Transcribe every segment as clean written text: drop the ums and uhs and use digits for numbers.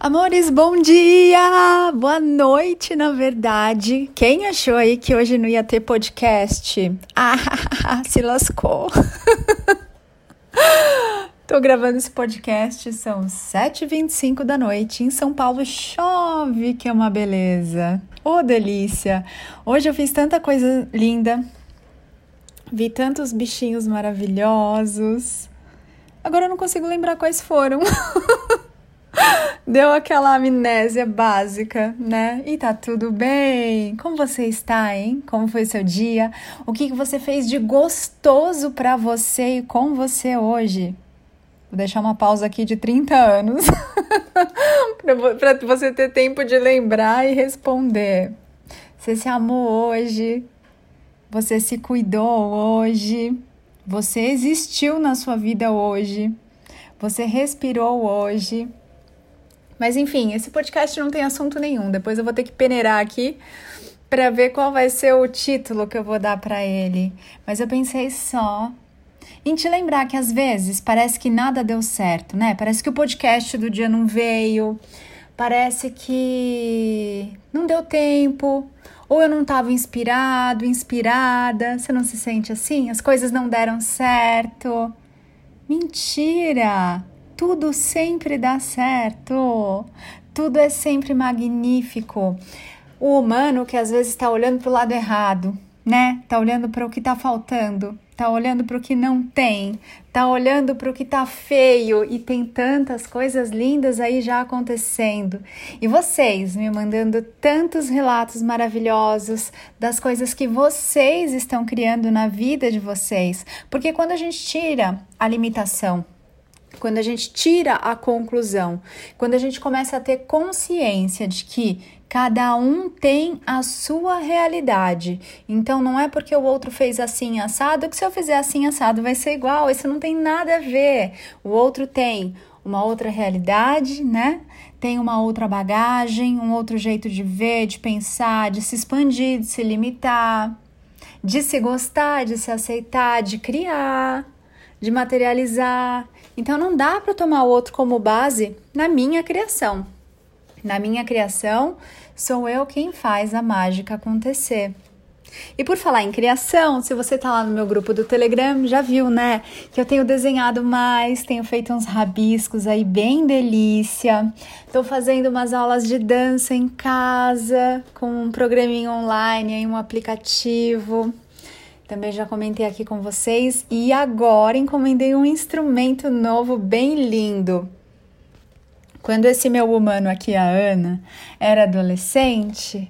Amores, bom dia! Boa noite, na verdade. Quem achou aí que hoje não ia ter podcast? Se lascou. Tô gravando esse podcast, são 7h25 da noite. Em São Paulo chove, que é uma beleza. Ô, delícia! Hoje eu fiz tanta coisa linda. Vi tantos bichinhos maravilhosos. Agora eu não consigo lembrar quais foram. Deu aquela amnésia básica, né? E tá tudo bem? Como você está, hein? Como foi seu dia? O que você fez de gostoso pra você e com você hoje? Vou deixar uma pausa aqui de 30 anos pra você ter tempo de lembrar e responder. Você se amou hoje? Você se cuidou hoje? Você existiu na sua vida hoje? Você respirou hoje? Mas enfim, esse podcast não tem assunto nenhum. Depois eu vou ter que peneirar aqui para ver qual vai ser o título que eu vou dar para ele. Mas eu pensei só em te lembrar que às vezes parece que nada deu certo, né? Parece que o podcast do dia não veio, parece que não deu tempo, ou eu não estava inspirado, inspirada. Você não se sente assim? As coisas não deram certo. Mentira! Tudo sempre dá certo, tudo é sempre magnífico. O humano que às vezes está olhando para o lado errado, né? Está olhando para o que está faltando, está olhando para o que não tem, está olhando para o que está feio e tem tantas coisas lindas aí já acontecendo. E vocês me mandando tantos relatos maravilhosos das coisas que vocês estão criando na vida de vocês. Porque quando a gente tira a limitação, quando a gente tira a conclusão, quando a gente começa a ter consciência de que cada um tem a sua realidade. Então, não é porque o outro fez assim assado que se eu fizer assim assado vai ser igual. Isso não tem nada a ver. O outro tem uma outra realidade, né? Tem uma outra bagagem, um outro jeito de ver, de pensar, de se expandir, de se limitar, de se gostar, de se aceitar, de criar, de materializar. Então não dá para tomar o outro como base na minha criação. Na minha criação, sou eu quem faz a mágica acontecer. E por falar em criação, se você tá lá no meu grupo do Telegram, já viu, né? Que eu tenho desenhado mais, tenho feito uns rabiscos aí bem delícia. Tô fazendo umas aulas de dança em casa, com um programinha online, aí um aplicativo. Também já comentei aqui com vocês e agora encomendei um instrumento novo bem lindo. Quando esse meu humano aqui, a Ana, era adolescente,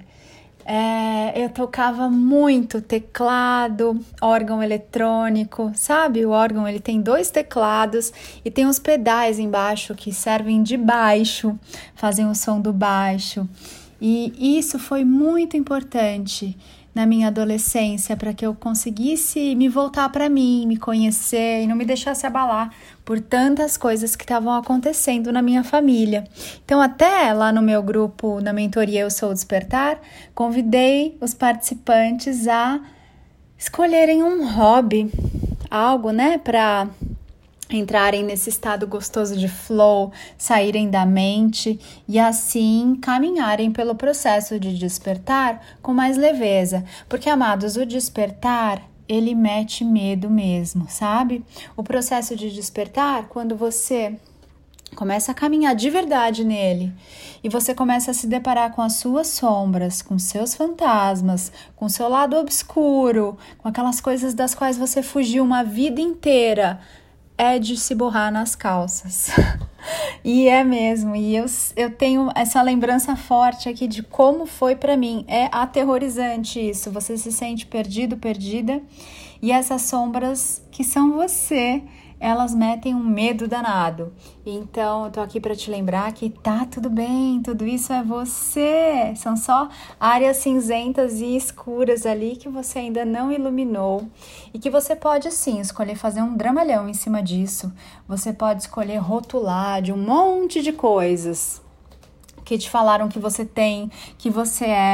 eu tocava muito teclado, órgão eletrônico, sabe? O órgão ele tem 2 teclados e tem uns pedais embaixo que servem de baixo, fazem o som do baixo. E isso foi muito importante na minha adolescência, para que eu conseguisse me voltar para mim, me conhecer e não me deixasse abalar por tantas coisas que estavam acontecendo na minha família. Então, até lá no meu grupo, na mentoria Eu Sou o Despertar, convidei os participantes a escolherem um hobby, algo, né, para entrarem nesse estado gostoso de flow, saírem da mente e assim caminharem pelo processo de despertar com mais leveza. Porque, amados, o despertar, ele mete medo mesmo, sabe? O processo de despertar, quando você começa a caminhar de verdade nele e você começa a se deparar com as suas sombras, com seus fantasmas, com seu lado obscuro, com aquelas coisas das quais você fugiu uma vida inteira, é de se borrar nas calças. E é mesmo, e eu tenho essa lembrança forte aqui de como foi pra mim. É aterrorizante isso, você se sente perdido, perdida, e essas sombras que são você, elas metem um medo danado. Então, eu tô aqui para te lembrar que tá tudo bem, tudo isso é você. São só áreas cinzentas e escuras ali que você ainda não iluminou e que você pode, sim, escolher fazer um dramalhão em cima disso. Você pode escolher rotular de um monte de coisas que te falaram que você tem, que você é,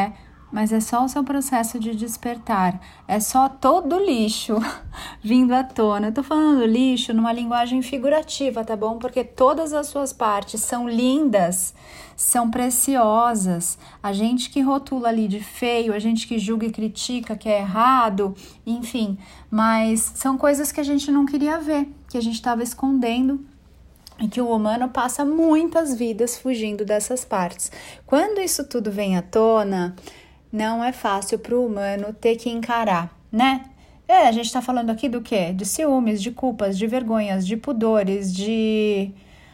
mas é só o seu processo de despertar, é só todo o lixo vindo à tona. Eu tô falando lixo numa linguagem figurativa, tá bom? Porque todas as suas partes são lindas, são preciosas. A gente que rotula ali de feio, a gente que julga e critica que é errado, enfim, mas são coisas que a gente não queria ver, que a gente estava escondendo, e que o humano passa muitas vidas fugindo dessas partes. Quando isso tudo vem à tona, não é fácil para o humano ter que encarar, né? A gente tá falando aqui do quê? De ciúmes, de culpas, de vergonhas, de pudores, de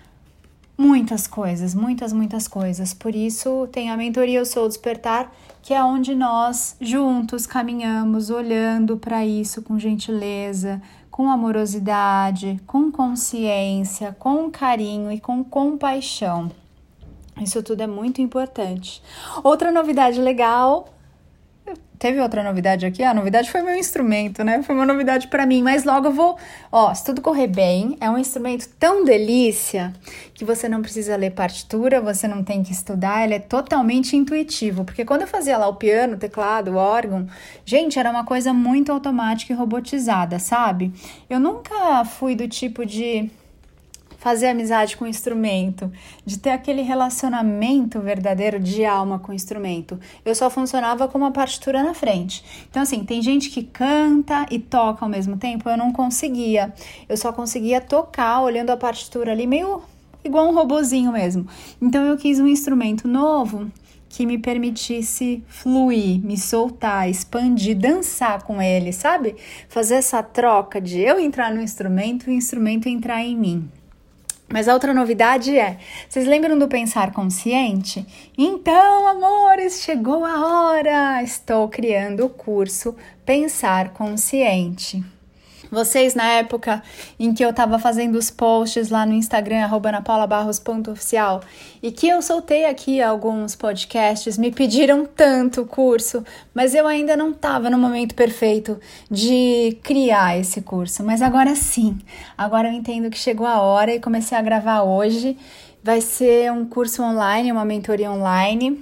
muitas coisas, muitas coisas. Por isso tem a mentoria Eu Sou o Despertar, que é onde nós juntos caminhamos olhando para isso com gentileza, com amorosidade, com consciência, com carinho e com compaixão. Isso tudo é muito importante. Outra novidade legal... Teve outra novidade aqui? A novidade foi meu instrumento, né? Foi uma novidade para mim, mas logo eu vou... se tudo correr bem, é um instrumento tão delícia que você não precisa ler partitura, você não tem que estudar, ele é totalmente intuitivo. Porque quando eu fazia lá o piano, o teclado, o órgão, gente, era uma coisa muito automática e robotizada, sabe? Eu nunca fui do tipo de fazer amizade com o instrumento, de ter aquele relacionamento verdadeiro de alma com o instrumento. Eu só funcionava com uma partitura na frente. Então, assim, tem gente que canta e toca ao mesmo tempo, eu não conseguia. Eu só conseguia tocar olhando a partitura ali, meio igual um robozinho mesmo. Então, eu quis um instrumento novo que me permitisse fluir, me soltar, expandir, dançar com ele, sabe? Fazer essa troca de eu entrar no instrumento e o instrumento entrar em mim. Mas a outra novidade vocês lembram do pensar consciente? Então, amores, chegou a hora! Estou criando o curso Pensar Consciente. Vocês, na época em que eu estava fazendo os posts lá no Instagram, @anapaulabarros.oficial, e que eu soltei aqui alguns podcasts, me pediram tanto o curso, mas eu ainda não estava no momento perfeito de criar esse curso. Mas agora sim, agora eu entendo que chegou a hora e comecei a gravar hoje. Vai ser um curso online, uma mentoria online,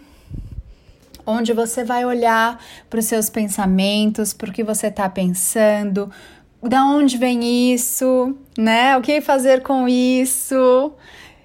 onde você vai olhar para os seus pensamentos, para o que você está pensando, da onde vem isso, né? O que fazer com isso?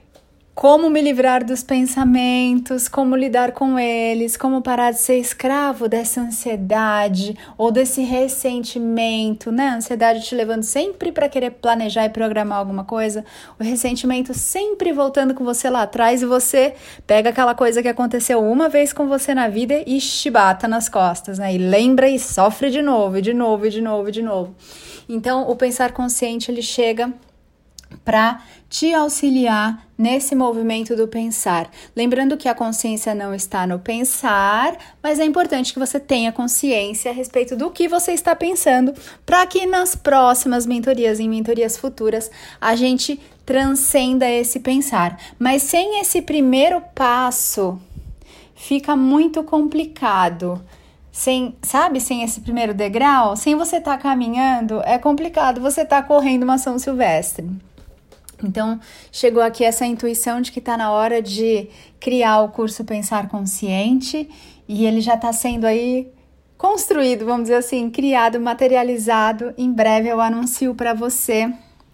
Como me livrar dos pensamentos, como lidar com eles, como parar de ser escravo dessa ansiedade ou desse ressentimento, né? A ansiedade te levando sempre para querer planejar e programar alguma coisa, o ressentimento sempre voltando com você lá atrás e você pega aquela coisa que aconteceu uma vez com você na vida e chibata nas costas, né? E lembra e sofre de novo, e de novo, e de novo, e de novo. Então, o pensar consciente, ele chega para te auxiliar nesse movimento do pensar. Lembrando que a consciência não está no pensar, mas é importante que você tenha consciência a respeito do que você está pensando, para que nas próximas mentorias, em mentorias futuras, a gente transcenda esse pensar. Mas sem esse primeiro passo, fica muito complicado. Sem esse primeiro degrau, sem você estar caminhando, é complicado você estar correndo uma São Silvestre. Então, chegou aqui essa intuição de que está na hora de criar o curso Pensar Consciente e ele já está sendo aí construído, vamos dizer assim, criado, materializado. Em breve eu anuncio para você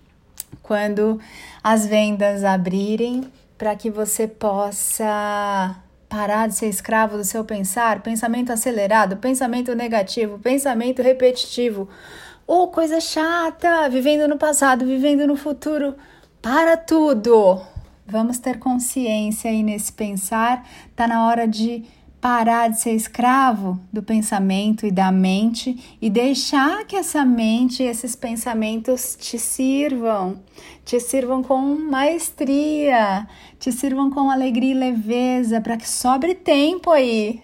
quando as vendas abrirem, para que você possa parar de ser escravo do seu pensar, pensamento acelerado, pensamento negativo, pensamento repetitivo, ou coisa chata, vivendo no passado, vivendo no futuro. Para tudo! Vamos ter consciência aí nesse pensar. Tá na hora de parar de ser escravo do pensamento e da mente e deixar que essa mente e esses pensamentos te sirvam com maestria, te sirvam com alegria e leveza, para que sobre tempo aí,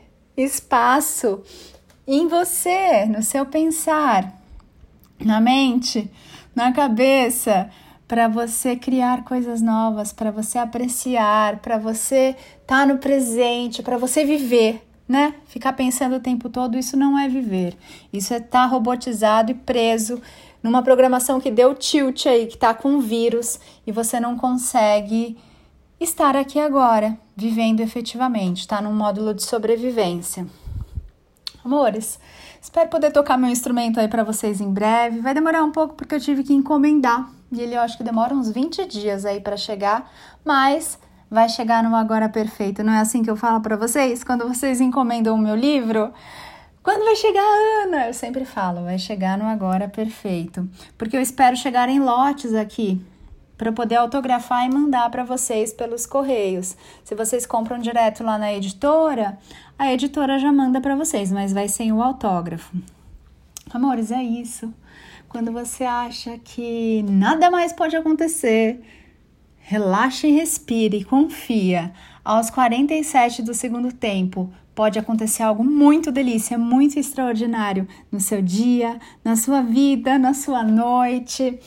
espaço em você, no seu pensar, na mente, na cabeça, para você criar coisas novas, para você apreciar, para você estar no presente, para você viver, né? Ficar pensando o tempo todo, isso não é viver. Isso é estar robotizado e preso numa programação que deu tilt aí, que está com vírus e você não consegue estar aqui agora, vivendo efetivamente, está num módulo de sobrevivência. Amores, espero poder tocar meu instrumento aí para vocês em breve. Vai demorar um pouco porque eu tive que encomendar. E ele eu acho que demora uns 20 dias aí para chegar, mas vai chegar no Agora Perfeito. Não é assim que eu falo para vocês? Quando vocês encomendam o meu livro, quando vai chegar, Ana? Eu sempre falo, vai chegar no Agora Perfeito. Porque eu espero chegar em lotes aqui, para poder autografar e mandar para vocês pelos correios. Se vocês compram direto lá na editora, a editora já manda para vocês, mas vai sem o autógrafo. Amores, é isso. Quando você acha que nada mais pode acontecer, relaxa e respire, confia. Aos 47 do segundo tempo, pode acontecer algo muito delícia, muito extraordinário no seu dia, na sua vida, na sua noite,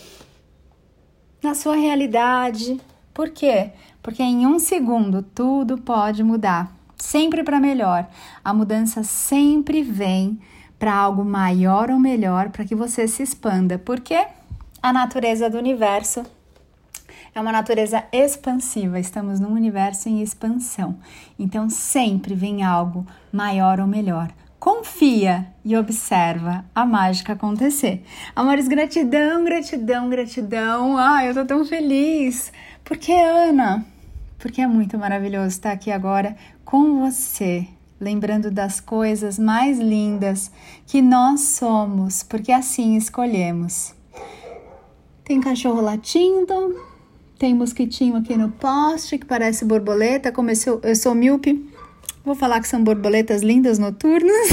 na sua realidade. Por quê? Porque em 1 segundo tudo pode mudar, sempre para melhor. A mudança sempre vem para algo maior ou melhor, para que você se expanda. Por quê? A natureza do universo é uma natureza expansiva, estamos num universo em expansão. Então sempre vem algo maior ou melhor. Confia e observa a mágica acontecer. Amores, gratidão, gratidão, gratidão. Eu tô tão feliz. Por que, Ana? Porque é muito maravilhoso estar aqui agora com você, lembrando das coisas mais lindas que nós somos, porque assim escolhemos. Tem cachorro latindo, tem mosquitinho aqui no poste que parece borboleta. Como eu sou míope, vou falar que são borboletas lindas noturnas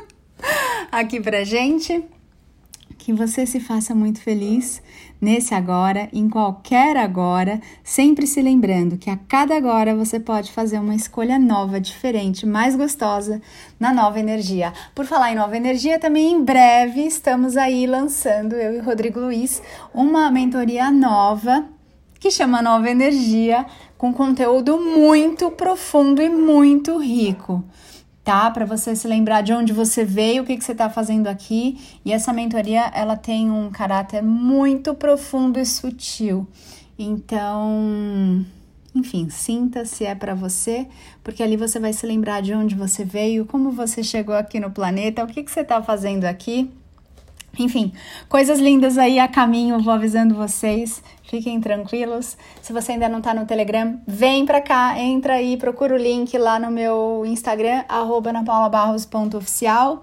aqui pra gente. Que você se faça muito feliz nesse agora, em qualquer agora, sempre se lembrando que a cada agora você pode fazer uma escolha nova, diferente, mais gostosa na nova energia. Por falar em nova energia, também em breve estamos aí lançando, eu e o Rodrigo Luiz, uma mentoria nova que chama Nova Energia, com conteúdo muito profundo e muito rico, tá? Para você se lembrar de onde você veio, o que você está fazendo aqui. E essa mentoria, ela tem um caráter muito profundo e sutil. Então, enfim, sinta se é para você, porque ali você vai se lembrar de onde você veio, como você chegou aqui no planeta, o que você está fazendo aqui. Enfim, coisas lindas aí a caminho, vou avisando vocês, fiquem tranquilos. Se você ainda não tá no Telegram, vem pra cá, entra aí, procura o link lá no meu Instagram, @anapaulabarros.oficial.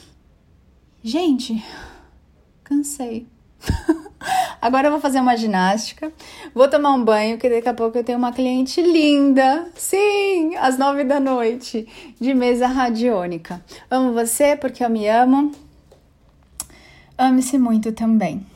Gente, cansei. Agora eu vou fazer uma ginástica, vou tomar um banho, que daqui a pouco eu tenho uma cliente linda, sim, às 9 da noite, de mesa radiônica. Amo você porque eu me amo. Ame-se muito também.